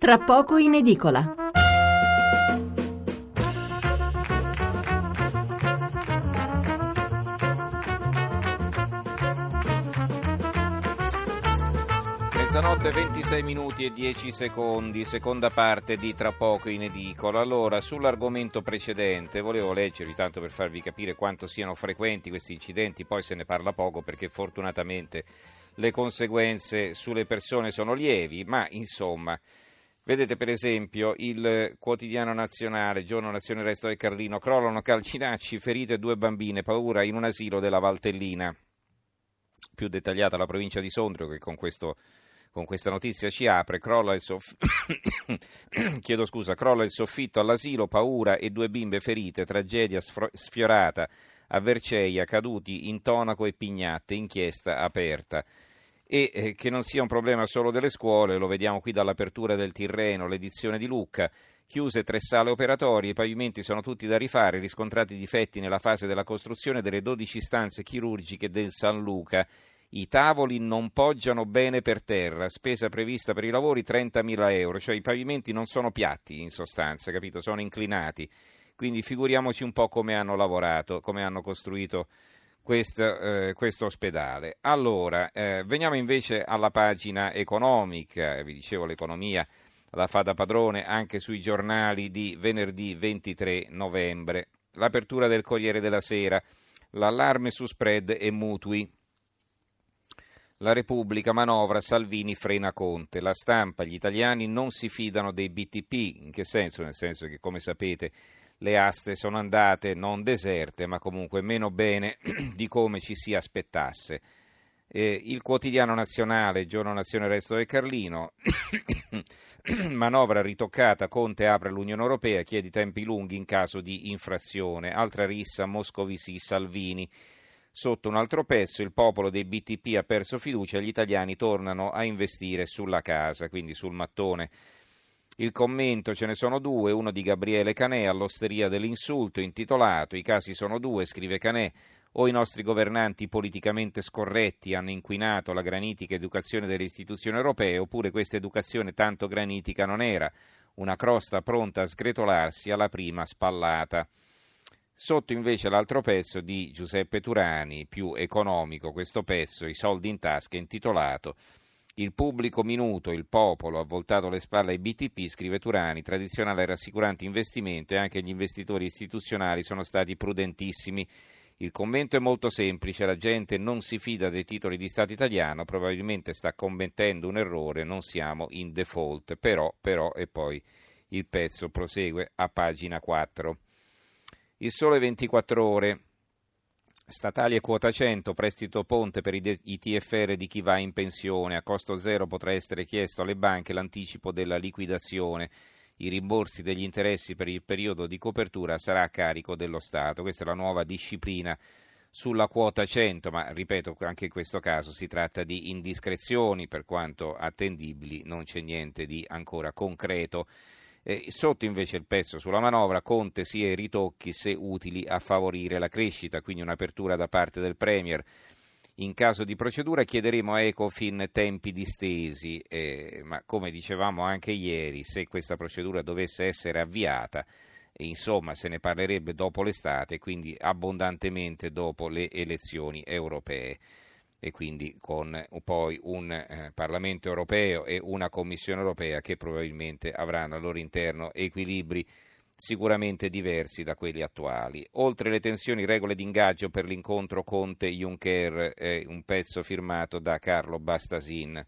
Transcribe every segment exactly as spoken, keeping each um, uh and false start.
tra poco in edicola. Mezzanotte, ventisei minuti e dieci secondi, seconda parte di Tra poco in edicola. Allora, sull'argomento precedente volevo leggervi, tanto per farvi capire quanto siano frequenti questi incidenti, poi se ne parla poco perché fortunatamente le conseguenze sulle persone sono lievi, ma insomma, vedete per esempio il Quotidiano Nazionale, Giorno Nazione, Resto del Carlino, crollano calcinacci, ferite due bambine, paura in un asilo della Valtellina. Più dettagliata la provincia di Sondrio che con questo Con questa notizia ci apre, crolla il, soff... Chiedo scusa, crolla il soffitto all'asilo, paura e due bimbe ferite, tragedia sfro... sfiorata a Verceia, caduti Intonaco e Pignatte, inchiesta aperta. E eh, che non sia un problema solo delle scuole, lo vediamo qui dall'apertura del Tirreno, l'edizione di Lucca, chiuse tre sale operatorie, i pavimenti sono tutti da rifare, riscontrati difetti nella fase della costruzione delle dodici stanze chirurgiche del San Luca. I tavoli non poggiano bene per terra, spesa prevista per i lavori trentamila euro, cioè i pavimenti non sono piatti in sostanza, capito? Sono inclinati, quindi figuriamoci un po' come hanno lavorato, come hanno costruito questo eh, ospedale. Allora, eh, veniamo invece alla pagina economica, vi dicevo l'economia la fa da padrone anche sui giornali di venerdì ventitré novembre. L'apertura del Corriere della Sera, l'allarme su spread e mutui. La Repubblica, manovra, Salvini frena Conte. La Stampa, gli italiani non si fidano dei B T P. In che senso? Nel senso che, come sapete, le aste sono andate non deserte, ma comunque meno bene di come ci si aspettasse. Eh, il Quotidiano Nazionale, Giorno Nazione, Resto del Carlino, manovra ritoccata, Conte apre l'Unione Europea, chiede tempi lunghi in caso di infrazione. Altra rissa, Moscovici-Salvini. Sotto un altro pezzo, il popolo dei B T P ha perso fiducia, gli italiani tornano a investire sulla casa, quindi sul mattone. Il commento, ce ne sono due, uno di Gabriele Canè, all'osteria dell'insulto, intitolato "I casi sono due", scrive Canè, o i nostri governanti politicamente scorretti hanno inquinato la granitica educazione delle istituzioni europee, oppure questa educazione tanto granitica non era, una crosta pronta a sgretolarsi alla prima spallata. Sotto invece l'altro pezzo di Giuseppe Turani, più economico questo pezzo, I soldi in tasca, intitolato "Il pubblico minuto, il popolo ha voltato le spalle ai B T P", scrive Turani, tradizionale e rassicurante investimento e anche gli investitori istituzionali sono stati prudentissimi. Il commento è molto semplice, la gente non si fida dei titoli di Stato italiano, probabilmente sta commettendo un errore, non siamo in default, però, però, e poi il pezzo prosegue a pagina quattro. Il Sole ventiquattro Ore, statali e quota cento, prestito ponte per i, de- i T F R di chi va in pensione, a costo zero potrà essere chiesto alle banche l'anticipo della liquidazione, i rimborsi degli interessi per il periodo di copertura sarà a carico dello Stato. Questa è la nuova disciplina sulla quota cento, ma ripeto, anche in questo caso si tratta di indiscrezioni, per quanto attendibili, non c'è niente di ancora concreto. Eh, sotto invece il pezzo sulla manovra, Conte sia i ritocchi se utili a favorire la crescita, quindi un'apertura da parte del Premier. In caso di procedura chiederemo a Ecofin tempi distesi, eh, ma come dicevamo anche ieri, se questa procedura dovesse essere avviata, eh, insomma se ne parlerebbe dopo l'estate, quindi abbondantemente dopo le elezioni europee. E quindi con poi un eh, Parlamento europeo e una Commissione europea che probabilmente avranno al loro interno equilibri sicuramente diversi da quelli attuali. Oltre le tensioni, regole d'ingaggio per l'incontro Conte-Juncker, eh, un pezzo firmato da Carlo Bastasin.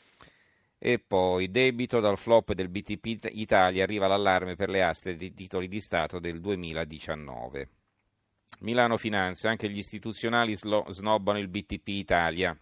E poi debito, dal flop del B T P Italia arriva l'allarme per le aste dei titoli di Stato del duemiladiciannove. Milano Finanza, anche gli istituzionali slo- snobbano il B T P Italia.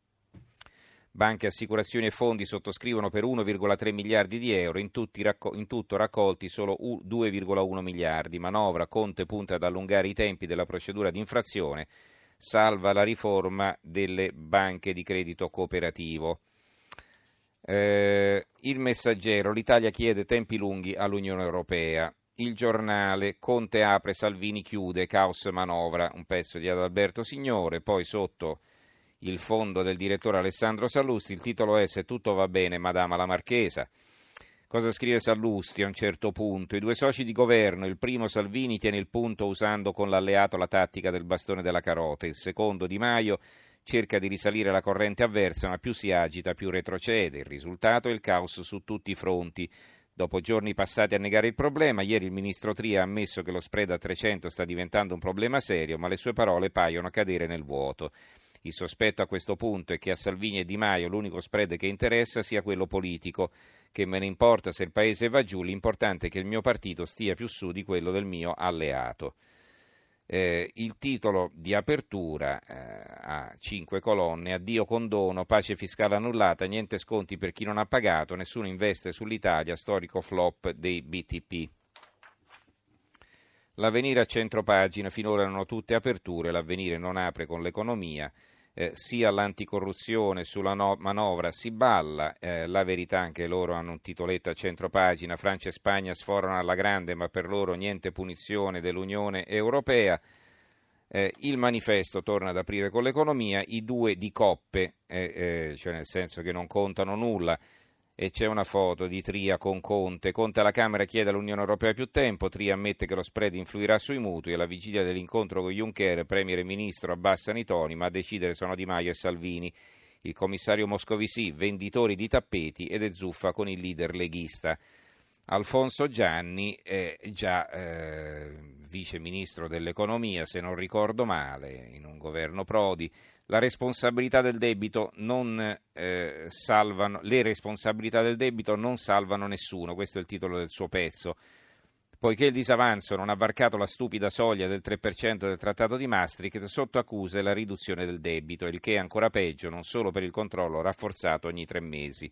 Banche, assicurazioni e fondi sottoscrivono per uno virgola tre miliardi di euro, in, tutti racco- in tutto raccolti solo due virgola uno miliardi. Manovra, Conte punta ad allungare i tempi della procedura di infrazione, salva la riforma delle banche di credito cooperativo. Eh, il Messaggero, l'Italia chiede tempi lunghi all'Unione Europea. Il Giornale, Conte apre, Salvini chiude, caos manovra, un pezzo di Adalberto Signore. Poi sotto il fondo del direttore Alessandro Sallusti, il titolo è "Se tutto va bene, Madama la Marchesa". Cosa scrive Sallusti a un certo punto? I due soci di governo, il primo Salvini tiene il punto usando con l'alleato la tattica del bastone della carota, il secondo Di Maio cerca di risalire la corrente avversa, ma più si agita più retrocede. Il risultato è il caos su tutti i fronti. Dopo giorni passati a negare il problema, ieri il ministro Tria ha ammesso che lo spread a trecento sta diventando un problema serio, ma le sue parole paiono cadere nel vuoto. Il sospetto a questo punto è che a Salvini e Di Maio l'unico spread che interessa sia quello politico. Che me ne importa se il paese va giù, l'importante è che il mio partito stia più su di quello del mio alleato. Eh, il titolo di apertura eh, ha cinque colonne: addio condono, pace fiscale annullata, niente sconti per chi non ha pagato, nessuno investe sull'Italia, storico flop dei B T P. L'Avvenire a centropagina, finora erano tutte aperture, l'Avvenire non apre con l'economia. Eh, sia l'anticorruzione sulla no- manovra si balla, eh, la verità anche loro hanno un titoletto a centropagina, Francia e Spagna sforano alla grande ma per loro niente punizione dell'Unione Europea, eh, il manifesto torna ad aprire con l'economia, i due di coppe, eh, eh, cioè nel senso che non contano nulla. E c'è una foto di Tria con Conte. Conte alla Camera chiede all'Unione Europea più tempo, Tria ammette che lo spread influirà sui mutui, alla vigilia dell'incontro con Juncker, Premier e Ministro abbassano i toni, ma a decidere sono Di Maio e Salvini. Il commissario Moscovici, venditori di tappeti, ed è zuffa con il leader leghista. Alfonso Gianni è già eh, vice ministro dell'economia, se non ricordo male, in un governo Prodi. La responsabilità del debito non eh, salvano, le responsabilità del debito non salvano nessuno, questo è il titolo del suo pezzo. Poiché il disavanzo non ha varcato la stupida soglia del tre per cento del Trattato di Maastricht, sotto accusa è la riduzione del debito, il che è ancora peggio, non solo per il controllo rafforzato ogni tre mesi.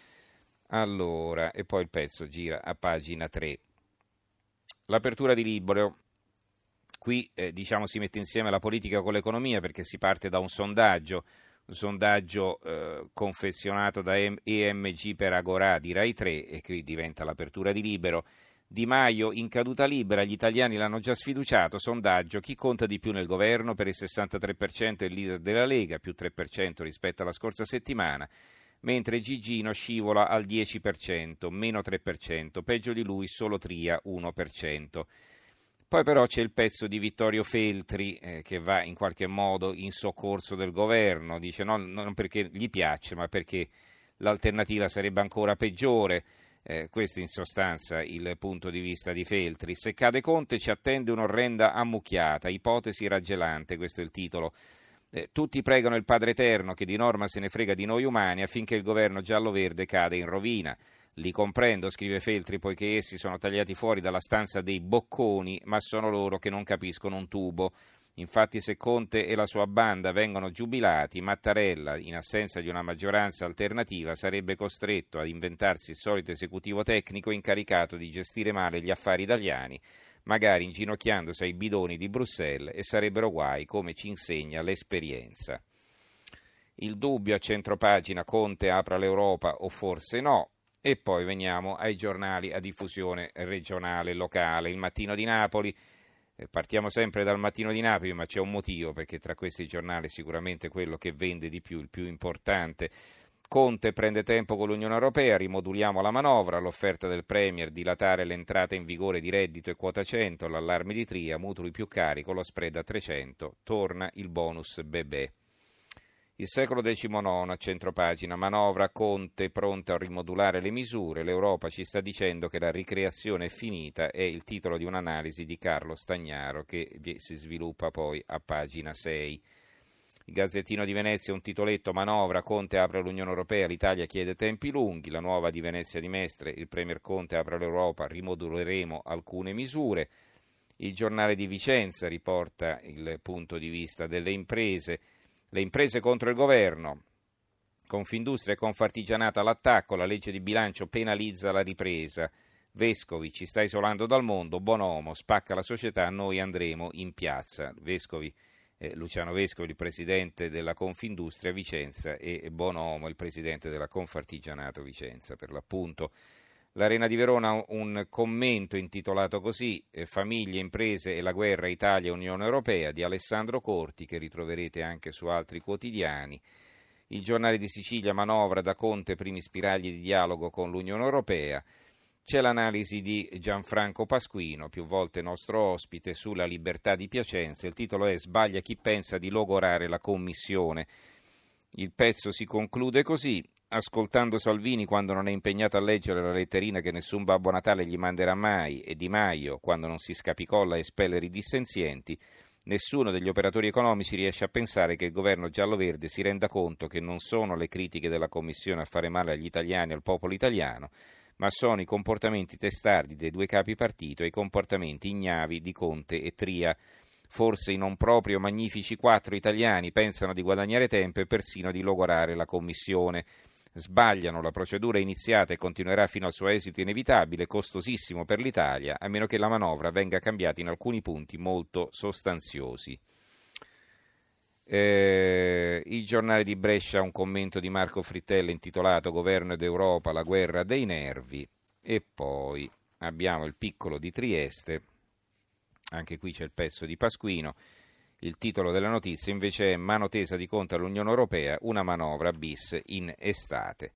Allora, e poi il pezzo gira a pagina tre. L'apertura di Libero. Qui eh, diciamo si mette insieme la politica con l'economia perché si parte da un sondaggio, un sondaggio eh, confezionato da E M G per Agorà di Rai tre, e qui diventa l'apertura di Libero. Di Maio in caduta libera, gli italiani l'hanno già sfiduciato, sondaggio, chi conta di più nel governo? Per il sessantatré per cento è il leader della Lega, più tre per cento rispetto alla scorsa settimana, mentre Gigino scivola al dieci per cento, meno tre per cento, peggio di lui solo Tria, uno per cento. Poi però c'è il pezzo di Vittorio Feltri eh, che va in qualche modo in soccorso del governo, dice no, non perché gli piace ma perché l'alternativa sarebbe ancora peggiore, eh, questo in sostanza il punto di vista di Feltri. Se cade Conte ci attende un'orrenda ammucchiata, ipotesi raggelante, questo è il titolo. Eh, tutti pregano il Padre Eterno che di norma se ne frega di noi umani affinché il governo giallo-verde cade in rovina. Li comprendo, scrive Feltri, poiché essi sono tagliati fuori dalla stanza dei bocconi, ma sono loro che non capiscono un tubo. Infatti se Conte e la sua banda vengono giubilati, Mattarella, in assenza di una maggioranza alternativa, sarebbe costretto ad inventarsi il solito esecutivo tecnico incaricato di gestire male gli affari italiani, magari inginocchiandosi ai bidoni di Bruxelles, e sarebbero guai, come ci insegna l'esperienza. Il dubbio a centropagina, Conte apra l'Europa o forse no. E poi veniamo ai giornali a diffusione regionale e locale. Il Mattino di Napoli, eh, partiamo sempre dal Mattino di Napoli, ma c'è un motivo, perché tra questi giornali sicuramente quello che vende di più, il più importante. Conte prende tempo con l'Unione Europea, rimoduliamo la manovra, l'offerta del Premier, dilatare l'entrata in vigore di reddito e quota cento, l'allarme di Tria, mutui più cari con lo spread a trecento, torna il bonus bebè. Il secolo diciannove a centropagina, manovra, Conte pronto a rimodulare le misure, l'Europa ci sta dicendo che la ricreazione è finita, è il titolo di un'analisi di Carlo Stagnaro che si sviluppa poi a pagina sei. Il Gazzettino di Venezia, un titoletto, manovra, Conte apre l'Unione Europea, l'Italia chiede tempi lunghi, la Nuova di Venezia di Mestre, il Premier Conte apre l'Europa, rimoduleremo alcune misure. Il Giornale di Vicenza riporta il punto di vista delle imprese. Le imprese contro il governo, Confindustria e Confartigianato all'attacco, la legge di bilancio penalizza la ripresa, Vescovi ci sta isolando dal mondo, Bonomo spacca la società, noi andremo in piazza. Vescovi, eh, Luciano Vescovi, il presidente della Confindustria Vicenza, e Bonomo, il presidente della Confartigianato Vicenza per l'appunto. L'Arena di Verona un commento intitolato così, eh, Famiglie, imprese e la guerra Italia-Unione Europea, di Alessandro Corti, che ritroverete anche su altri quotidiani. Il Giornale di Sicilia, manovra da Conte, primi spiragli di dialogo con l'Unione Europea. C'è l'analisi di Gianfranco Pasquino, più volte nostro ospite, sulla libertà di Piacenza. Il titolo è "Sbaglia chi pensa di logorare la commissione". Il pezzo si conclude così: ascoltando Salvini quando non è impegnato a leggere la letterina che nessun Babbo Natale gli manderà mai, e Di Maio quando non si scapicolla a espellere i dissenzienti, nessuno degli operatori economici riesce a pensare che il governo giallo-verde si renda conto che non sono le critiche della Commissione a fare male agli italiani e al popolo italiano, ma sono i comportamenti testardi dei due capi partito e i comportamenti ignavi di Conte e Tria. Forse i non proprio magnifici quattro italiani pensano di guadagnare tempo e persino di logorare la Commissione. Sbagliano, la procedura è iniziata e continuerà fino al suo esito inevitabile, costosissimo per l'Italia, a meno che la manovra venga cambiata in alcuni punti molto sostanziosi. Eh, il giornale di Brescia, un commento di Marco Frittella intitolato "Governo ed Europa, la guerra dei nervi", e poi abbiamo il Piccolo di Trieste, anche qui c'è il pezzo di Pasquino. Il titolo della notizia invece è "Mano tesa di Conte all'Unione Europea, una manovra bis in estate".